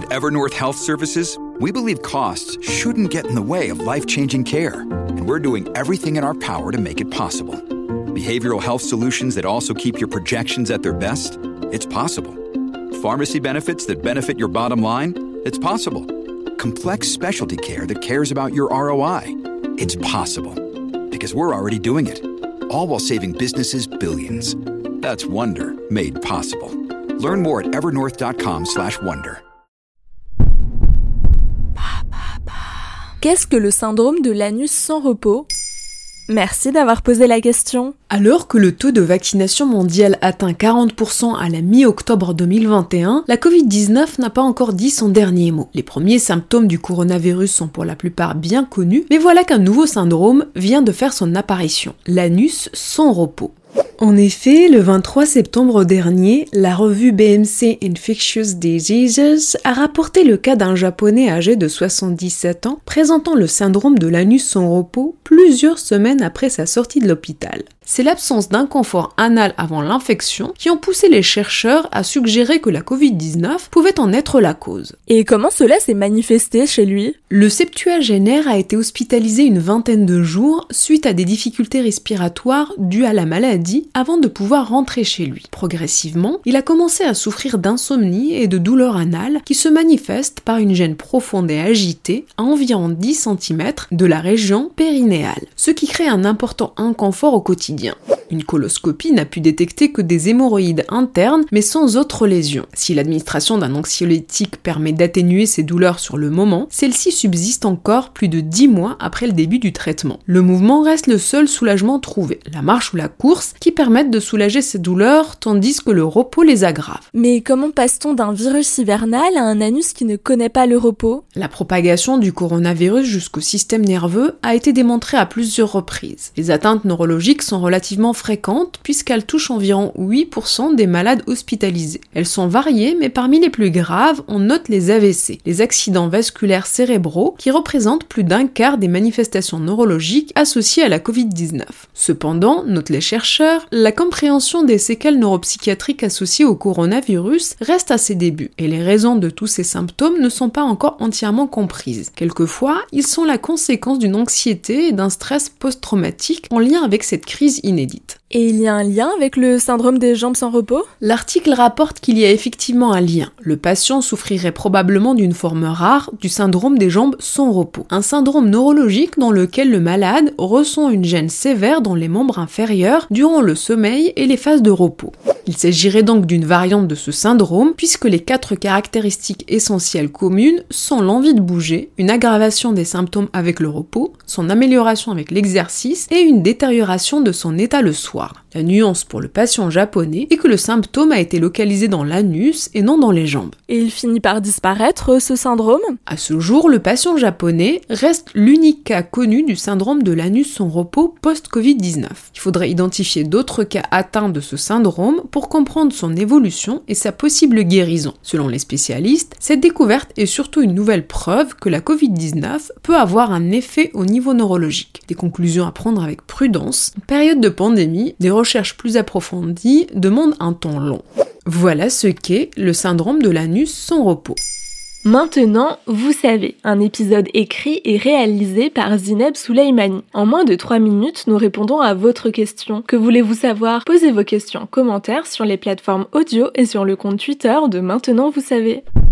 At Evernorth Health Services, we believe costs shouldn't get in the way of life-changing care, and we're doing everything in our power to make it possible. Behavioral health solutions that also keep your projections at their best? It's possible. Pharmacy benefits that benefit your bottom line? It's possible. Complex specialty care that cares about your ROI? It's possible. Because we're already doing it. All while saving businesses billions. That's Wonder made possible. Learn more at evernorth.com/wonder. Qu'est-ce que le syndrome de l'anus sans repos ? Merci d'avoir posé la question. Alors que le taux de vaccination mondial atteint 40% à la mi-octobre 2021, la Covid-19 n'a pas encore dit son dernier mot. Les premiers symptômes du coronavirus sont pour la plupart bien connus, mais voilà qu'un nouveau syndrome vient de faire son apparition, l'anus sans repos. En effet, le 23 septembre dernier, la revue BMC Infectious Diseases a rapporté le cas d'un Japonais âgé de 77 ans présentant le syndrome de l'anus sans repos plusieurs semaines après sa sortie de l'hôpital. C'est l'absence d'inconfort anal avant l'infection qui ont poussé les chercheurs à suggérer que la Covid-19 pouvait en être la cause. Et comment cela s'est manifesté chez lui ? Le septuagénaire a été hospitalisé une vingtaine de jours suite à des difficultés respiratoires dues à la maladie avant de pouvoir rentrer chez lui. Progressivement, il a commencé à souffrir d'insomnie et de douleurs anales qui se manifestent par une gêne profonde et agitée à environ 10 cm de la région périnéale, ce qui crée un important inconfort au quotidien. Une coloscopie n'a pu détecter que des hémorroïdes internes, mais sans autre lésion. Si l'administration d'un anxiolytique permet d'atténuer ces douleurs sur le moment, celles-ci subsistent encore plus de 10 mois après le début du traitement. Le mouvement reste le seul soulagement trouvé, la marche ou la course, qui permettent de soulager ces douleurs, tandis que le repos les aggrave. Mais comment passe-t-on d'un virus hivernal à un anus qui ne connaît pas le repos ? La propagation du coronavirus jusqu'au système nerveux a été démontrée à plusieurs reprises. Les atteintes neurologiques sont relativement fréquentes puisqu'elles touchent environ 8% des malades hospitalisés. Elles sont variées, mais parmi les plus graves, on note les AVC, les accidents vasculaires cérébraux, qui représentent plus d'un quart des manifestations neurologiques associées à la Covid-19. Cependant, notent les chercheurs, la compréhension des séquelles neuropsychiatriques associées au coronavirus reste à ses débuts, et les raisons de tous ces symptômes ne sont pas encore entièrement comprises. Quelquefois, ils sont la conséquence d'une anxiété et d'un stress post-traumatique en lien avec cette crise inédite. Et il y a un lien avec le syndrome des jambes sans repos ? L'article rapporte qu'il y a effectivement un lien. Le patient souffrirait probablement d'une forme rare du syndrome des jambes sans repos. Un syndrome neurologique dans lequel le malade ressent une gêne sévère dans les membres inférieurs durant le sommeil et les phases de repos. Il s'agirait donc d'une variante de ce syndrome puisque les 4 caractéristiques essentielles communes sont l'envie de bouger, une aggravation des symptômes avec le repos, son amélioration avec l'exercice et une détérioration de son état le soir. La nuance pour le patient japonais est que le symptôme a été localisé dans l'anus et non dans les jambes. Et il finit par disparaître, ce syndrome ? À ce jour, le patient japonais reste l'unique cas connu du syndrome de l'anus sans repos post-Covid-19. Il faudrait identifier d'autres cas atteints de ce syndrome pour comprendre son évolution et sa possible guérison. Selon les spécialistes, cette découverte est surtout une nouvelle preuve que la Covid-19 peut avoir un effet au niveau neurologique. Des conclusions à prendre avec prudence. En période de pandémie, des recherches plus approfondies demandent un temps long. Voilà ce qu'est le syndrome de l'anus sans repos. Maintenant, vous savez, un épisode écrit et réalisé par Zineb Souleimani. En moins de 3 minutes, nous répondons à votre question. Que voulez-vous savoir ? Posez vos questions en commentaire sur les plateformes audio et sur le compte Twitter de Maintenant vous savez.